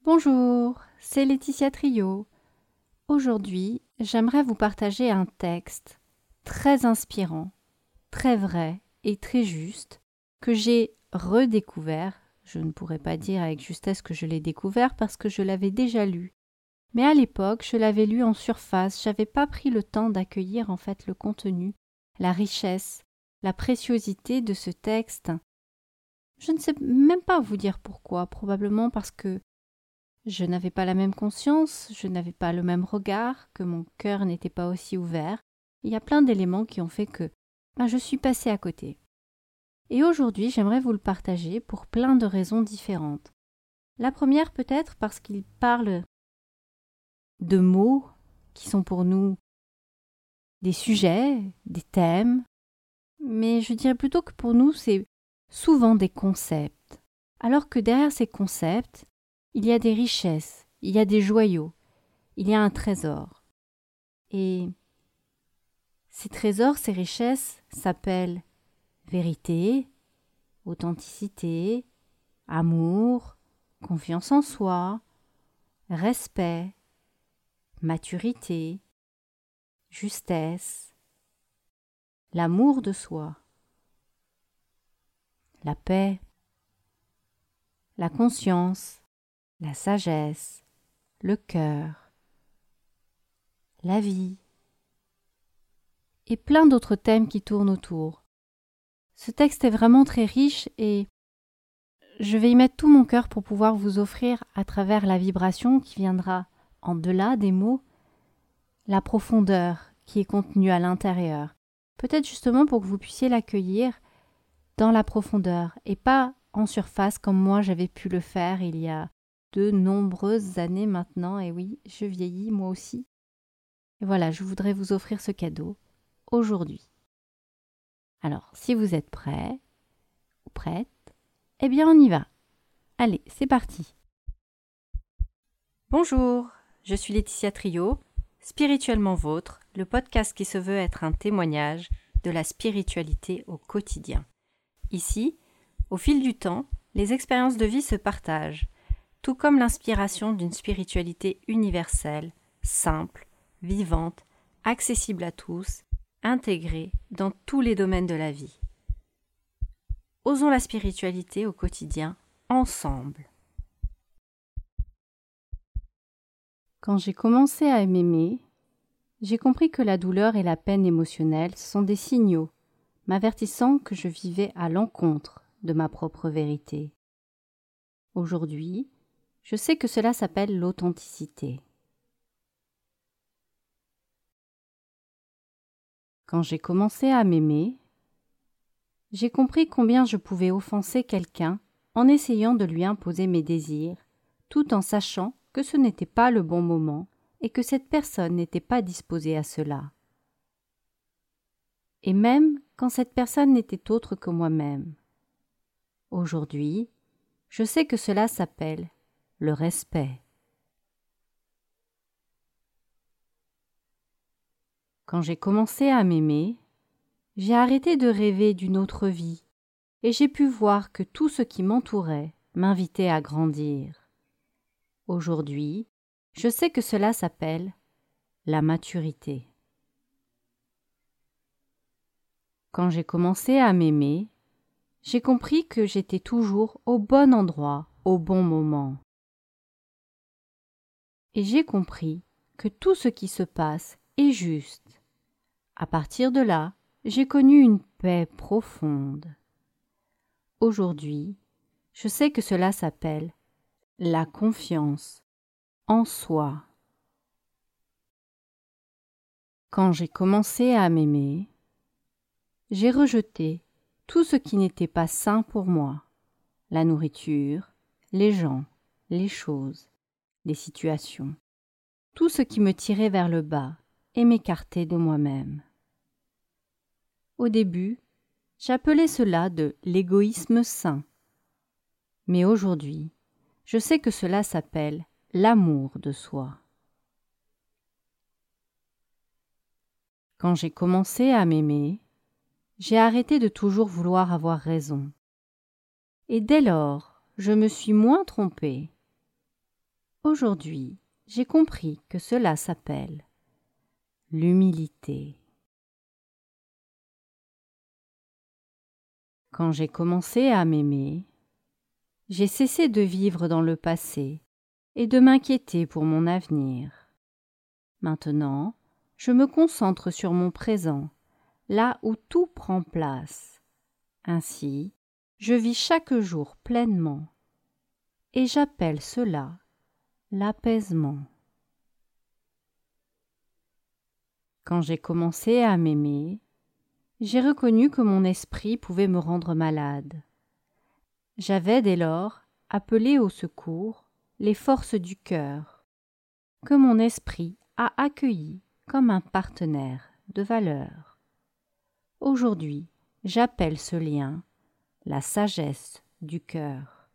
Bonjour, c'est Laetitia Trio. Aujourd'hui, j'aimerais vous partager un texte très inspirant, très vrai et très juste que j'ai redécouvert. Je ne pourrais pas dire avec justesse que je l'ai découvert parce que je l'avais déjà lu. Mais à l'époque, je l'avais lu en surface, j'avais pas pris le temps d'accueillir en fait le contenu, la richesse, la préciosité de ce texte. Je ne sais même pas vous dire pourquoi, probablement parce que je n'avais pas la même conscience, je n'avais pas le même regard, que mon cœur n'était pas aussi ouvert. Il y a plein d'éléments qui ont fait que je suis passée à côté. Et aujourd'hui, j'aimerais vous le partager pour plein de raisons différentes. La première peut-être parce qu'il parle de mots qui sont pour nous des sujets, des thèmes, mais je dirais plutôt que pour nous, c'est souvent des concepts. Alors que derrière ces concepts, il y a des richesses, il y a des joyaux, il y a un trésor. Et ces trésors, ces richesses s'appellent vérité, authenticité, amour, confiance en soi, respect, maturité, justesse, l'amour de soi, la paix, la conscience, la sagesse, le cœur, la vie, et plein d'autres thèmes qui tournent autour. Ce texte est vraiment très riche et je vais y mettre tout mon cœur pour pouvoir vous offrir, à travers la vibration qui viendra en delà des mots, la profondeur qui est contenue à l'intérieur. Peut-être justement pour que vous puissiez l'accueillir dans la profondeur et pas en surface comme moi j'avais pu le faire il y a de nombreuses années maintenant. Et oui, je vieillis moi aussi. Et voilà, je voudrais vous offrir ce cadeau aujourd'hui. Alors, si vous êtes prêts ou prête, eh bien on y va. Allez, c'est parti. Bonjour, je suis Laetitia Trio, Spirituellement Vôtre, le podcast qui se veut être un témoignage de la spiritualité au quotidien. Ici, au fil du temps, les expériences de vie se partagent, tout comme l'inspiration d'une spiritualité universelle, simple, vivante, accessible à tous, intégrée dans tous les domaines de la vie. Osons la spiritualité au quotidien, ensemble. Quand j'ai commencé à m'aimer, j'ai compris que la douleur et la peine émotionnelle sont des signaux m'avertissant que je vivais à l'encontre de ma propre vérité. Aujourd'hui, je sais que cela s'appelle l'authenticité. Quand j'ai commencé à m'aimer, j'ai compris combien je pouvais offenser quelqu'un en essayant de lui imposer mes désirs, tout en sachant que ce n'était pas le bon moment et que cette personne n'était pas disposée à cela. Et même quand cette personne n'était autre que moi-même. Aujourd'hui, je sais que cela s'appelle le respect. Quand j'ai commencé à m'aimer, j'ai arrêté de rêver d'une autre vie et j'ai pu voir que tout ce qui m'entourait m'invitait à grandir. Aujourd'hui, je sais que cela s'appelle la maturité. Quand j'ai commencé à m'aimer, j'ai compris que j'étais toujours au bon endroit, au bon moment. Et j'ai compris que tout ce qui se passe est juste. À partir de là, j'ai connu une paix profonde. Aujourd'hui, je sais que cela s'appelle la confiance en soi. Quand j'ai commencé à m'aimer, j'ai rejeté tout ce qui n'était pas sain pour moi, la nourriture, les gens, les choses, les situations, tout ce qui me tirait vers le bas et m'écartait de moi-même. Au début, j'appelais cela de l'égoïsme sain. Mais aujourd'hui, je sais que cela s'appelle l'amour de soi. Quand j'ai commencé à m'aimer, j'ai arrêté de toujours vouloir avoir raison. Et dès lors, je me suis moins trompée. Aujourd'hui, j'ai compris que cela s'appelle l'humilité. Quand j'ai commencé à m'aimer, j'ai cessé de vivre dans le passé et de m'inquiéter pour mon avenir. Maintenant, je me concentre sur mon présent, là où tout prend place. Ainsi, je vis chaque jour pleinement, et j'appelle cela l'apaisement. Quand j'ai commencé à m'aimer, j'ai reconnu que mon esprit pouvait me rendre malade. J'avais dès lors appelé au secours les forces du cœur, que mon esprit a accueilli comme un partenaire de valeur. Aujourd'hui, j'appelle ce lien la sagesse du cœur.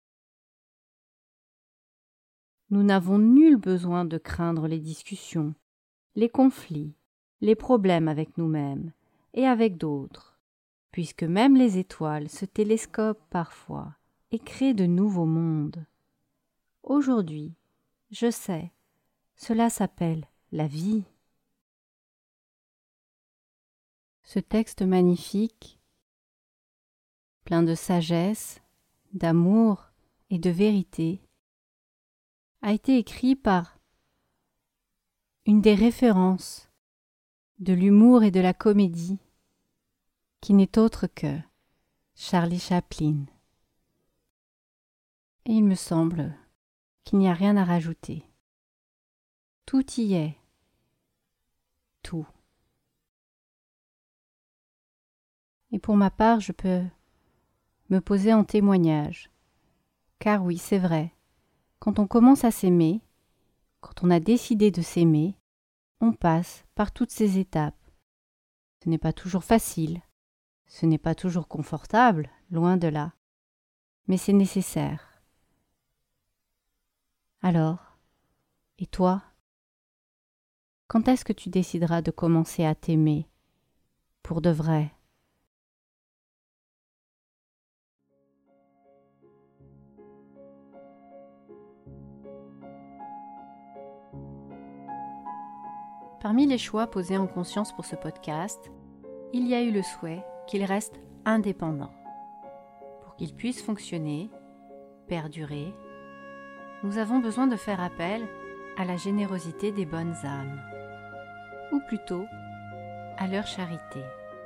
Nous n'avons nul besoin de craindre les discussions, les conflits, les problèmes avec nous-mêmes et avec d'autres, puisque même les étoiles se télescopent parfois et créent de nouveaux mondes. Aujourd'hui, je sais, cela s'appelle la vie. Ce texte magnifique, plein de sagesse, d'amour et de vérité, a été écrit par une des références de l'humour et de la comédie, qui n'est autre que Charlie Chaplin. Et il me semble qu'il n'y a rien à rajouter. Tout y est. Tout. Et pour ma part, je peux me poser en témoignage. Car oui, c'est vrai, quand on commence à s'aimer, quand on a décidé de s'aimer, on passe par toutes ces étapes. Ce n'est pas toujours facile, ce n'est pas toujours confortable, loin de là, mais c'est nécessaire. Alors, et toi? Quand est-ce que tu décideras de commencer à t'aimer, pour de vrai? Parmi les choix posés en conscience pour ce podcast, il y a eu le souhait qu'il reste indépendant. Pour qu'il puisse fonctionner, perdurer, nous avons besoin de faire appel à la générosité des bonnes âmes, ou plutôt à leur charité.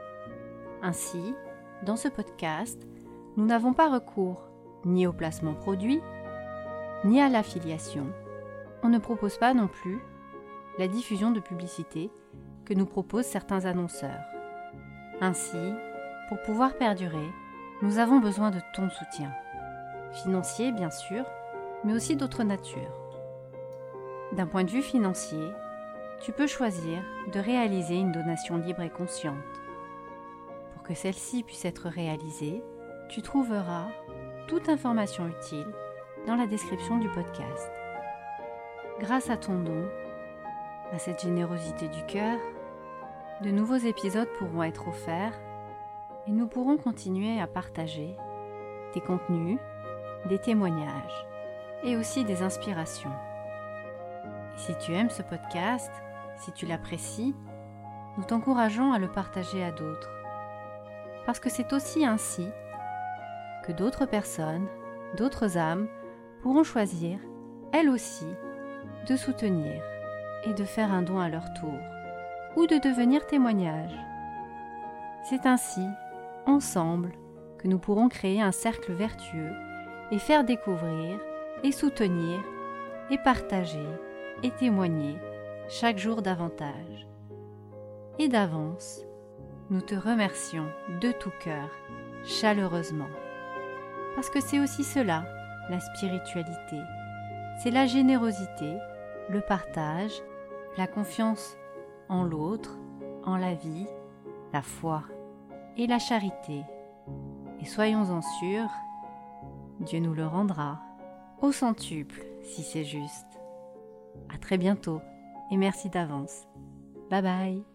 Ainsi, dans ce podcast, nous n'avons pas recours ni au placement produit, ni à l'affiliation. On ne propose pas non plus la diffusion de publicité que nous proposent certains annonceurs. Ainsi, pour pouvoir perdurer, nous avons besoin de ton soutien. Financier, bien sûr, mais aussi d'autres natures. D'un point de vue financier, tu peux choisir de réaliser une donation libre et consciente. Pour que celle-ci puisse être réalisée, tu trouveras toute information utile dans la description du podcast. Grâce à ton don, à cette générosité du cœur, de nouveaux épisodes pourront être offerts et nous pourrons continuer à partager des contenus, des témoignages et aussi des inspirations. Et si tu aimes ce podcast, si tu l'apprécies, nous t'encourageons à le partager à d'autres. Parce que c'est aussi ainsi que d'autres personnes, d'autres âmes pourront choisir, elles aussi, de soutenir et de faire un don à leur tour, ou de devenir témoignage. C'est ainsi, ensemble, que nous pourrons créer un cercle vertueux et faire découvrir et soutenir et partager et témoigner chaque jour davantage. Et d'avance, nous te remercions de tout cœur, chaleureusement. Parce que c'est aussi cela, la spiritualité. C'est la générosité, le partage, la confiance en l'autre, en la vie, la foi et la charité. Et soyons-en sûrs, Dieu nous le rendra, au centuple si c'est juste. À très bientôt et merci d'avance. Bye bye.